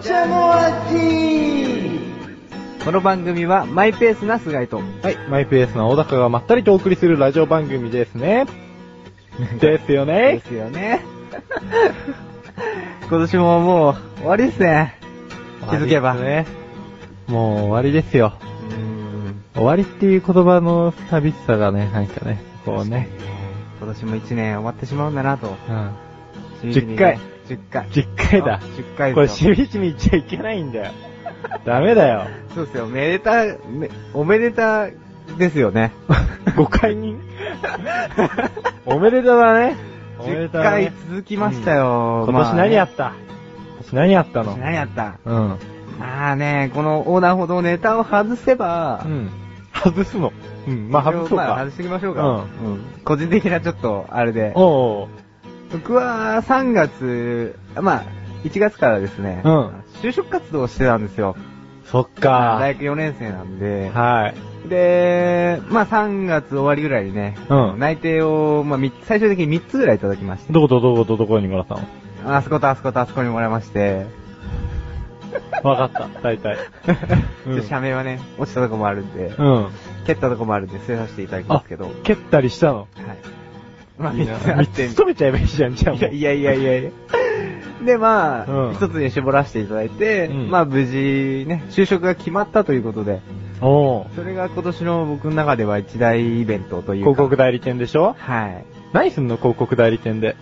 ちゃもラッティ。この番組はマイペースな菅井と、 はい、マイペースな小高がまったりとお送りするラジオ番組ですね。ですよね。 ですよね。今年ももう終わりですね。気づけば。 ね。もう終わりですよ。終わりっていう言葉の寂しさがね、なんかね、こうね。 今年も1年終わってしまうんだなと。 10回。 10回。 10回だ。 10回これしみじみ言っちゃいけないんだよ。ダメだよ。 そうですよ。おめでたですよね。 誤解人おめでただね。おめでた 10回続きましたよ。 今年何やった？今年何やったの？ 何やった？ まあね、この横断歩道ネタを外せば、 外すの。まあ外そうか。 外していきましょうか。個人的なちょっと、あれで。僕は3月、1月からですね、就職活動をしてたんですよ。 そっか。 大学4年生なんで、 はい。 で、3月終わりぐらいにね、内定を、最終的に3つぐらいいただきまして。 どこにもらったの？ あそことあそことあそこにもらいまして。 わかった、大体。 社名はね、落ちたとこもあるんで、蹴ったとこもあるんで、捨てさせていただきますけど。 蹴ったりしたの？ はい。 3つ勤めちゃえばいいじゃん、じゃあもう。 いや。で、一つに絞らせていただいて、無事ね、就職が決まったということで、それが今年の僕の中では一大イベントというか。 広告代理店でしょ？ はい。 何すんの、広告代理店で。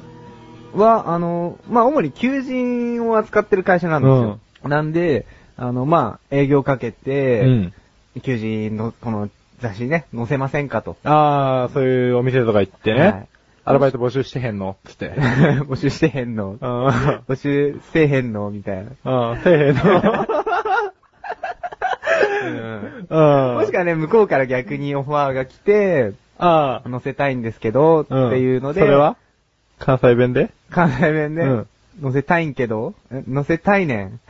主に求人を扱ってる会社なんですよ。なんで、営業かけて、求人のこの雑誌ね、載せませんかと。 そういうお店とか行ってね。アルバイト募集してへんのつって。 募集してへんの。募集せえへんのみたいな。 せえへんの。 もしくはね、向こうから逆にオファーが来て、載せたいんですけど、っていうので。 それは関西弁で関西弁で、載せたいんけど載せたいねん。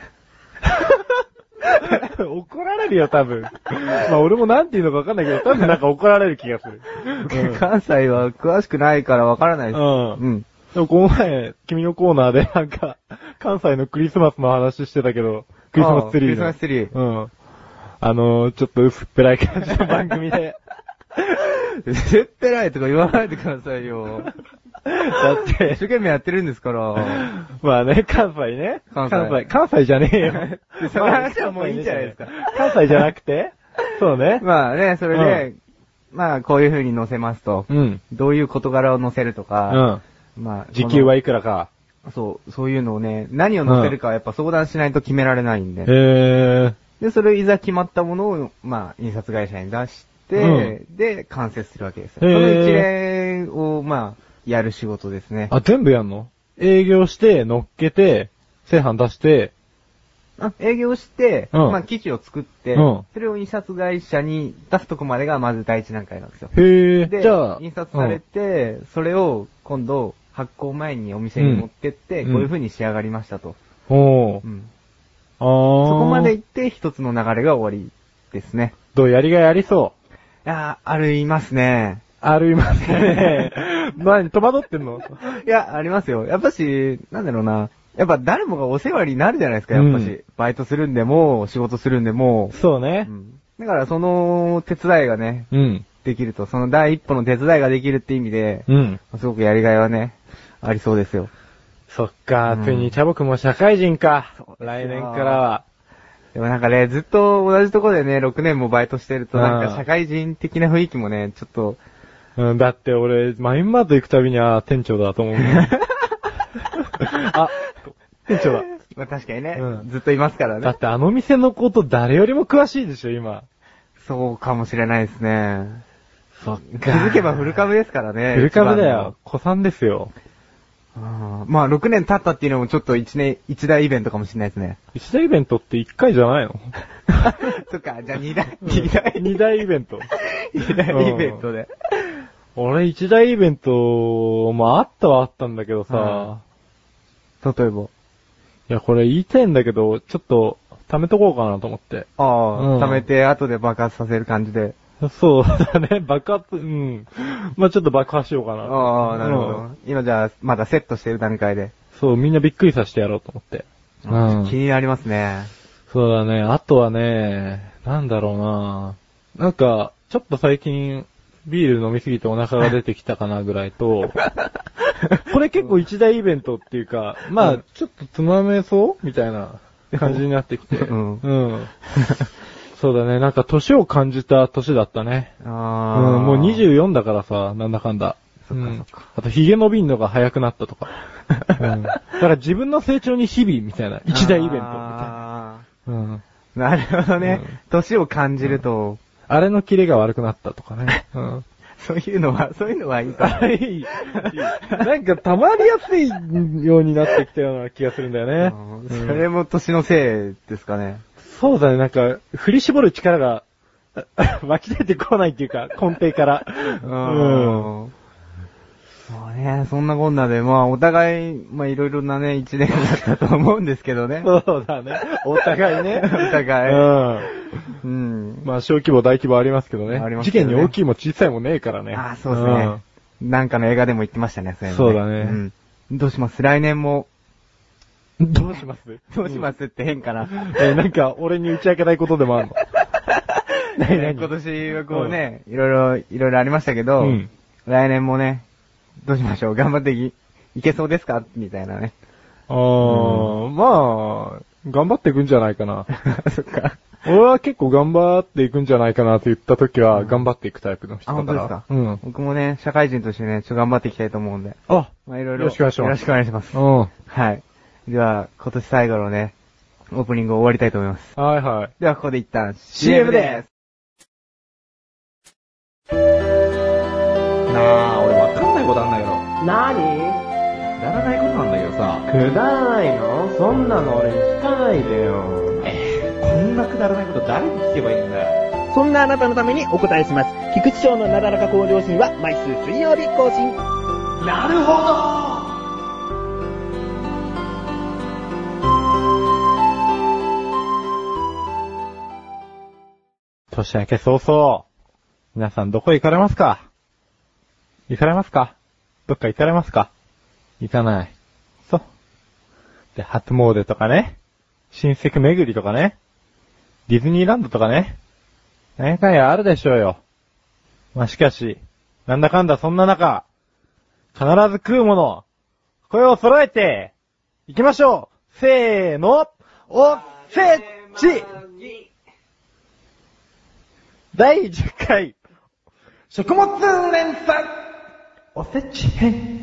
怒られるよ、多分。俺もなんて言うのかわかんないけど、多分なんか怒られる気がする。 関西は詳しくないからわからないです。 でもこの前、君のコーナーでなんか、関西のクリスマスの話してたけど、クリスマスツリーの。 クリスマスツリー。 ちょっと薄っぺらい感じの番組で。 薄っぺらいとか言わないでくださいよ。だって、一生懸命やってるんですから。 関西ね。関西じゃねえよ。 その話はもういいんじゃないですか。 関西じゃなくてそうね。 それで、こういう風に載せますと。どういう事柄を載せるとか。 時給はいくらか。 そういうのをね、何を載せるかはやっぱ相談しないと決められないんで。で、それをいざ決まったものを、印刷会社に出して、で、完成するわけですよ。その一連を、やる仕事ですね。 全部やんの？営業して、乗っけて、製版出して、 営業して、記事を作って、それを印刷会社に出すとこまでがまず第一段階なんですよ。で、 じゃあ、 印刷されて、それを今度、発行前にお店に持ってって、こういう風に仕上がりましたと。そこまで行って一つの流れが終わりですね。 やりがいありそう？ ありますね。 ありますね。戸惑ってんの？ いや、ありますよ。やっぱし、なんだろうな。やっぱ誰もがお世話になるじゃないですか、やっぱし。バイトするんでも、仕事するんでも。 そうね。 だからその手伝いがね、できると、その第一歩の手伝いができるって意味で、すごくやりがいはね、ありそうですよ。 そっか、ついにチャボくんも社会人か。来年からは。 でもなんかね、ずっと同じとこでね、6年もバイトしてると、なんか社会人的な雰囲気もね、ちょっと。 だって俺、マインマート行くたびには店長だと思う。店長だ。 確かにね、ずっといますからね。 だってあの店のこと誰よりも詳しいでしょ、今。 そうかもしれないですね。 そっか。 気づけばフル株ですからね。 フル株だよ。子さんですよ。 6年経ったっていうのもちょっと一大イベントかもしれないですね。 一大イベントって1回じゃないの？ そっか、じゃあ二大イベント。 二大イベントで。 俺一大イベント、あったはあったんだけどさ。 例えば。 いや、これ言いたいんだけど、ちょっと、貯めとこうかなと思って。 貯めて後で爆発させる感じで。 そうだね、爆発、ちょっと爆破しようかな。 なるほど。今じゃあ、まだセットしてる段階で。 そう、みんなびっくりさせてやろうと思って。 うん。 気になりますね。 そうだね。あとはね、なんだろうな。なんか、ちょっと最近、ビール飲みすぎてお腹が出てきたかなぐらいと、これ結構一大イベントっていうか、まあ、ちょっとつまめそうみたいな感じになってきて。 うん。 そうだね。なんか年を感じた年だったね。もう24だからさ、なんだかんだ。 そっかそっか。 あと、髭伸びんのが早くなったとか。だから自分の成長に日々みたいな、一大イベントみたいな。 なるほどね。年を感じると、 あれのキレが悪くなったとかね。 そういうのはいいか。 いい。なんか溜まりやすいようになってきたような気がするんだよね。 それも年のせいですかね。 そうだね、なんか、振り絞る力が、湧き出てこないっていうか、根底から。 そうね、そんなこんなで、まあ、お互い、まあ、いろいろなね、一年だったと思うんですけどね。 そうだね。お互いね。 お互い。 まあ、小規模、大規模ありますけどね。事件に大きいも小さいもねえからね。 ああ、そうですね。なんかの映画でも言ってましたね、 そうだね。 どうします来年も。 どうしますって変かな。 なんか、俺に打ち明けたいことでもあるの今年はこうね、いろいろありましたけど、来年もね、どうしましょう頑張っていけそうですかみたいなね。 まあ、頑張っていくんじゃないかな。 そっか。 俺は結構頑張っていくんじゃないかなと言った時は、頑張っていくタイプの人だから。 本当ですか僕もね、社会人としてね、頑張っていきたいと思うんで。 まあ、いろいろ。 よろしくお願いします。 よろしくお願いします。はい。では、今年最後のね、オープニングを終わりたいと思います。 はいはい。 では、ここで一旦 CM です。 なあ、俺わかんないことあんだけど。 なに？ くだらないことなんだけどさ。 くだらないの？そんなの俺に聞かないでよ。 こんなくだらないこと誰に聞けばいいんだよ。 そんなあなたのためにお答えします。菊池翔のなだらか向上心は毎週水曜日更新。 なるほど。 年明け早々、皆さんどこ行かれますか？行かれますか？どっか行かれますか？行かない。そう。で、初詣とかね、親戚巡りとかね、ディズニーランドとかね、何回あるでしょうよ。まあ、しかし、なんだかんだそんな中、必ず食うもの、声を揃えて、行きましょう。せーの、おせち第10回、食物連鎖、おせち編。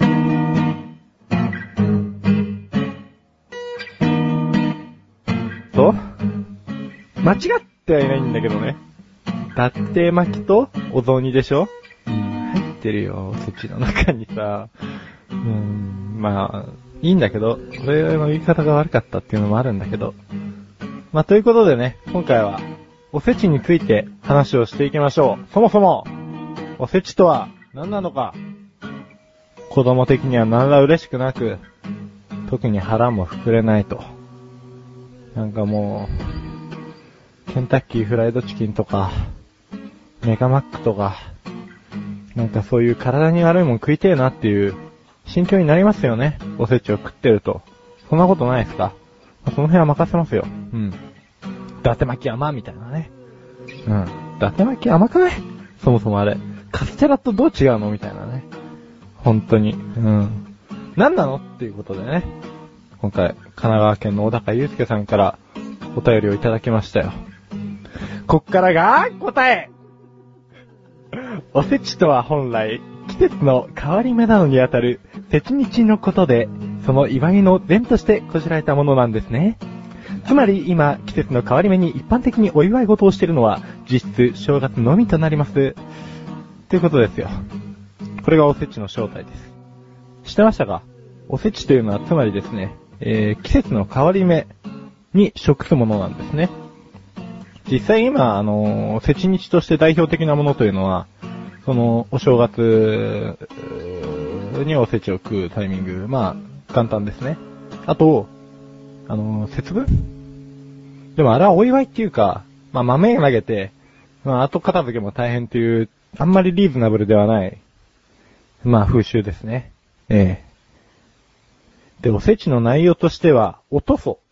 と、間違ってはいないんだけどね。伊達巻きとお雑煮でしょ？入ってるよ、おせちの中にさ。まあ、いいんだけど、これの言い方が悪かったっていうのもあるんだけど。まあ、ということでね、今回は、おせちについて話をしていきましょう。そもそも、おせちとは何なのか。子供的には何ら嬉しくなく、特に腹も膨れないと。なんかもう、ケンタッキーフライドチキンとか、メガマックとか、なんかそういう体に悪いもん食いてえなっていう心境になりますよね。おせちを食ってると。そんなことないですか？その辺は任せますよ。伊達巻き甘みたいなね。伊達巻き甘くない？そもそもあれ。カステラとどう違うのみたいなね。本当に。何なのっていうことでね。今回、神奈川県の小高祐介さんからお便りをいただきましたよ。こっからが答え！おせちとは本来、季節の変わり目なのにあたる節日のことで、その祝いの伝としてこしらえたものなんですね。つまり今、季節の変わり目に一般的にお祝い事をしているのは、実質正月のみとなります。ということですよ。これがおせちの正体です。知ってましたか？おせちというのはつまりですね、季節の変わり目に食すものなんですね。実際今、節日として代表的なものというのは、その、お正月におせちを食うタイミング、まあ、簡単ですね。あと、節分？でもあれはお祝いっていうか、まあ豆投げて、まあ後片付けも大変っていう、あんまりリーズナブルではない、まあ風習ですね。で、おせちの内容としては、おとそ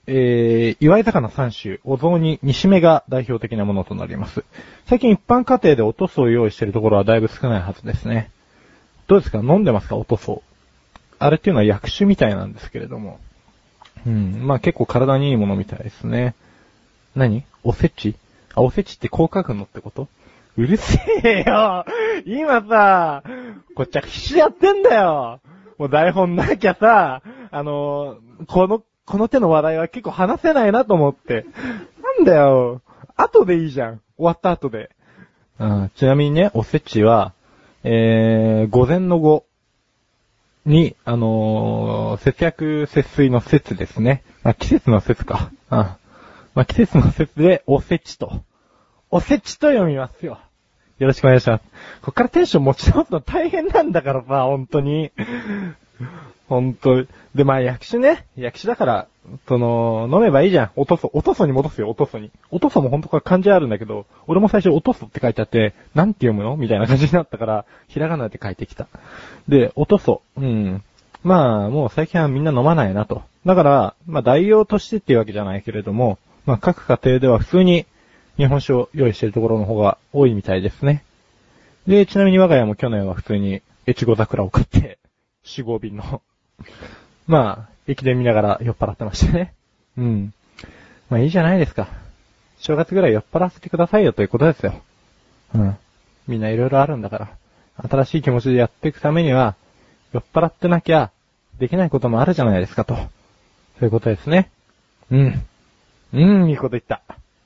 祝い魚3種、お雑煮、煮しめが代表的なものとなります。最近一般家庭でおとそを用意しているところはだいぶ少ないはずですね。どうですか？飲んでますか？おとそ。あれっていうのは薬酒みたいなんですけれども。まあ結構体にいいものみたいですね。何？おせち？おせちってこう書くのってこと？うるせえよ！今さ、こっちは必死やってんだよ！もう台本なきゃさ、この手の話題は結構話せないなと思って。なんだよ。後でいいじゃん。終わった後で。ちなみにね、おせちは、午前の午に、節約節水の節ですね。季節の節か。季節の節でおせちと読みますよ。よろしくお願いします。こっからテンション持ち直すの大変なんだからさ、本当に。本当。で、薬酒だから、飲めばいいじゃん。おとそに戻すよ、おとそに。おとそも本当は漢字あるんだけど、俺も最初おとそって書いてあって、なんて読むのみたいな感じになったから、ひらがなで書いてきた。で、おとそ。もう最近はみんな飲まないなと。だから、代用としてっていうわけじゃないけれども、各家庭では普通に日本酒を用意しているところの方が多いみたいですね。で、ちなみに我が家も去年は普通に越後桜を買って、4、5瓶の。駅伝見ながら酔っ払ってましたね。いいじゃないですか。正月ぐらい酔っ払わせてくださいよということですよ。みんないろいろあるんだから。新しい気持ちでやっていくためには、酔っ払ってなきゃ、できないこともあるじゃないですかと。そういうことですね。いいこと言った。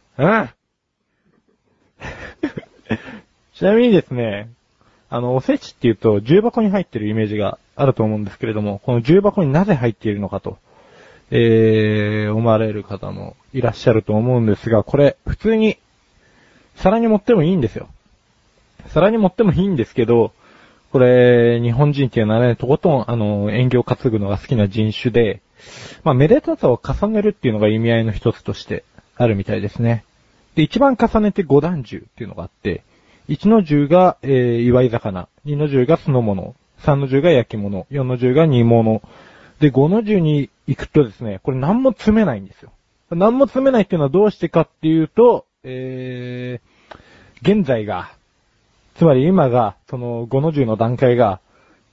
ちなみにですね、おせちって言うと重箱に入ってるイメージがあると思うんですけれども、この重箱になぜ入っているのかと、思われる方もいらっしゃると思うんですが、これ普通に皿に盛ってもいいんですよ。皿に盛ってもいいんですけど、これ日本人っていうのはね、とことん縁起を担ぐのが好きな人種で、めでたさを重ねるっていうのが意味合いの一つとしてあるみたいですね。で、一番重ねて五段重っていうのがあって、1の10が、祝い魚、2の10が酢の物、3の10が焼き物、4の10が煮物。で、5の10に行くとですね、これ何も詰めないんですよ。何も詰めないっていうのはどうしてかっていうと、現在が、つまり今が、その5の10の段階が、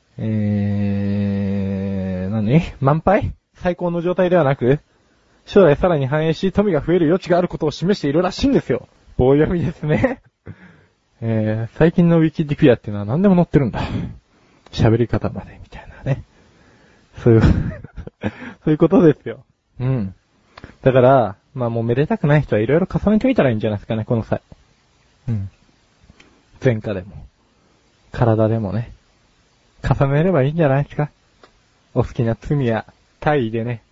満杯？最高の状態ではなく、将来さらに繁栄し、富が増える余地があることを示しているらしいんですよ。棒読みですね。最近のウィキディピアっていうのは何でも載ってるんだ。喋り方まで、みたいなね。そういうことですよ。だから、もうめでたくない人はいろいろ重ねてみたらいいんじゃないですかね、この際。前科でも、体でもね。重ねればいいんじゃないですか。お好きな罪や大義でね。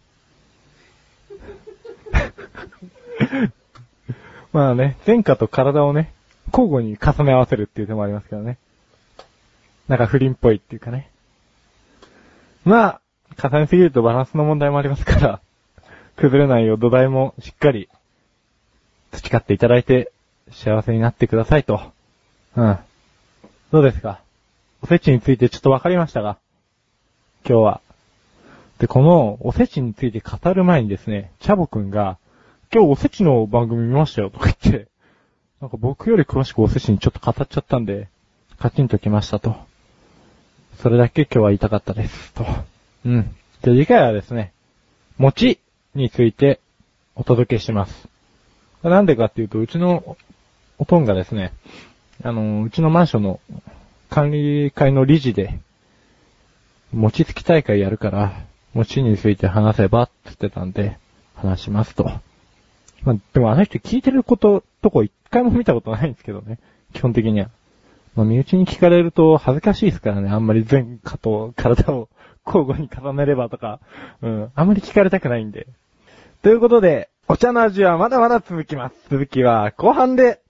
前科と体をね、交互に重ね合わせるっていう手もありますけどね。なんか不倫っぽいっていうかね。重ねすぎるとバランスの問題もありますから、崩れないよう土台もしっかり培っていただいて幸せになってくださいと。どうですか？おせちについてちょっとわかりましたが、今日は。で、このおせちについて語る前にですね、チャボくんが、今日おせちの番組見ましたよとか言って、なんか僕より詳しくおせちにちょっと語っちゃったんで、カチンときましたと。それだけ今日は言いたかったです。と。じゃあ次回はですね、餅についてお届けします。なんでかっていうと、うちのおとんがですね、うちのマンションの管理会の理事で、餅つき大会やるから、餅について話せばって言ってたんで、話しますと。でもあの人聞いてるとこ一回も見たことないんですけどね。基本的には。身内に聞かれると恥ずかしいですからね。あんまり前科と体を交互に重ねればとか。あんまり聞かれたくないんで。ということで、お茶の味はまだまだ続きます。続きは後半で。